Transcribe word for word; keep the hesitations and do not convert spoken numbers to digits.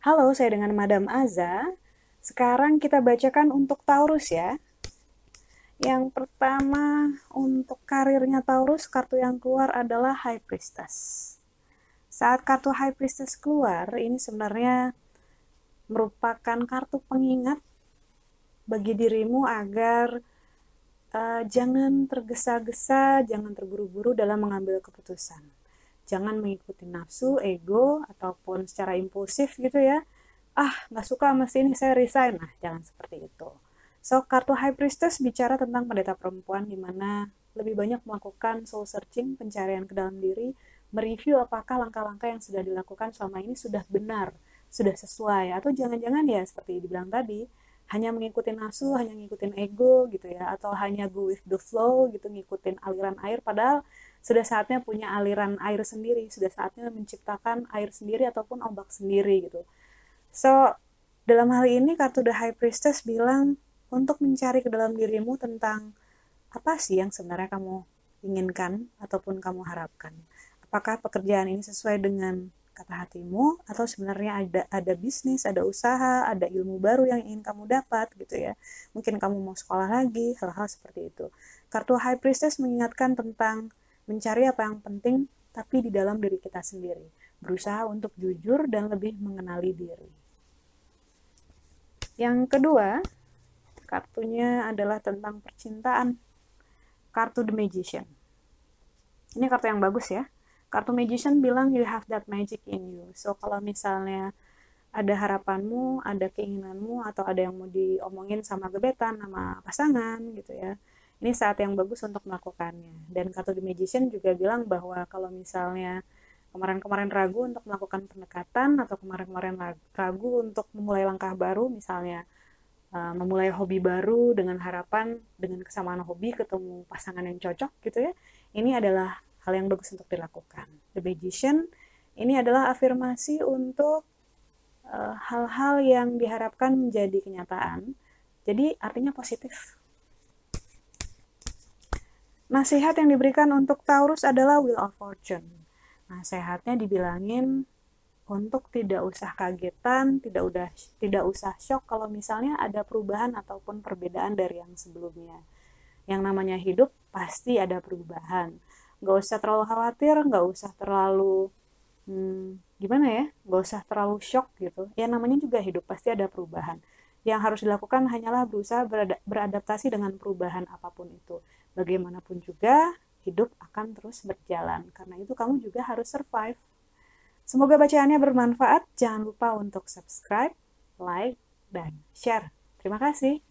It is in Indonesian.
Halo, saya dengan Madam Aza. Sekarang kita bacakan untuk Taurus ya. Yang pertama, untuk karirnya Taurus, kartu yang keluar adalah High Priestess. Saat kartu High Priestess keluar, ini sebenarnya merupakan kartu pengingat bagi dirimu agar uh, jangan tergesa-gesa, jangan terburu-buru dalam mengambil keputusan. Jangan mengikuti nafsu, ego, ataupun secara impulsif gitu ya. Ah, nggak suka sama sini, saya resign. Nah, jangan seperti itu. So, kartu High Priestess bicara tentang pendeta perempuan di mana lebih banyak melakukan soul searching, pencarian ke dalam diri, mereview apakah langkah-langkah yang sudah dilakukan selama ini sudah benar, sudah sesuai, atau jangan-jangan ya seperti dibilang tadi, hanya mengikuti nafsu, hanya ngikutin ego gitu ya, atau hanya go with the flow gitu, ngikutin aliran air, padahal sudah saatnya punya aliran air sendiri, sudah saatnya menciptakan air sendiri ataupun ombak sendiri gitu. So, dalam hal ini kartu The High Priestess bilang untuk mencari ke dalam dirimu tentang apa sih yang sebenarnya kamu inginkan ataupun kamu harapkan. Apakah pekerjaan ini sesuai dengan kata hatimu atau sebenarnya ada ada bisnis, ada usaha, ada ilmu baru yang ingin kamu dapat gitu ya. Mungkin kamu mau sekolah lagi, hal-hal seperti itu. Kartu High Priestess mengingatkan tentang mencari apa yang penting tapi di dalam diri kita sendiri. Berusaha untuk jujur dan lebih mengenali diri. Yang kedua, kartunya adalah tentang percintaan. Kartu The Magician. Ini kartu yang bagus ya. Kartu Magician bilang you have that magic in you. So, kalau misalnya ada harapanmu, ada keinginanmu, atau ada yang mau diomongin sama gebetan, sama pasangan gitu ya. Ini saat yang bagus untuk melakukannya. Dan kartu The Magician juga bilang bahwa kalau misalnya kemarin-kemarin ragu untuk melakukan pendekatan, atau kemarin-kemarin ragu untuk memulai langkah baru, misalnya uh, memulai hobi baru dengan harapan, dengan kesamaan hobi, ketemu pasangan yang cocok gitu ya, ini adalah hal yang bagus untuk dilakukan. The Magician, ini adalah afirmasi untuk uh, hal-hal yang diharapkan menjadi kenyataan. Jadi artinya positif. Nasihat yang diberikan untuk Taurus adalah Wheel of Fortune. Nasihatnya dibilangin untuk tidak usah kagetan, tidak udah tidak usah shock kalau misalnya ada perubahan ataupun perbedaan dari yang sebelumnya. Yang namanya hidup pasti ada perubahan. Gak usah terlalu khawatir, gak usah terlalu hmm, gimana ya, gak usah terlalu shock gitu. Ya namanya juga hidup pasti ada perubahan. Yang harus dilakukan hanyalah berusaha beradaptasi dengan perubahan apapun itu. Bagaimanapun juga hidup akan terus berjalan. Karena itu kamu juga harus survive. Semoga bacaannya bermanfaat. Jangan lupa untuk subscribe, like, dan share. Terima kasih.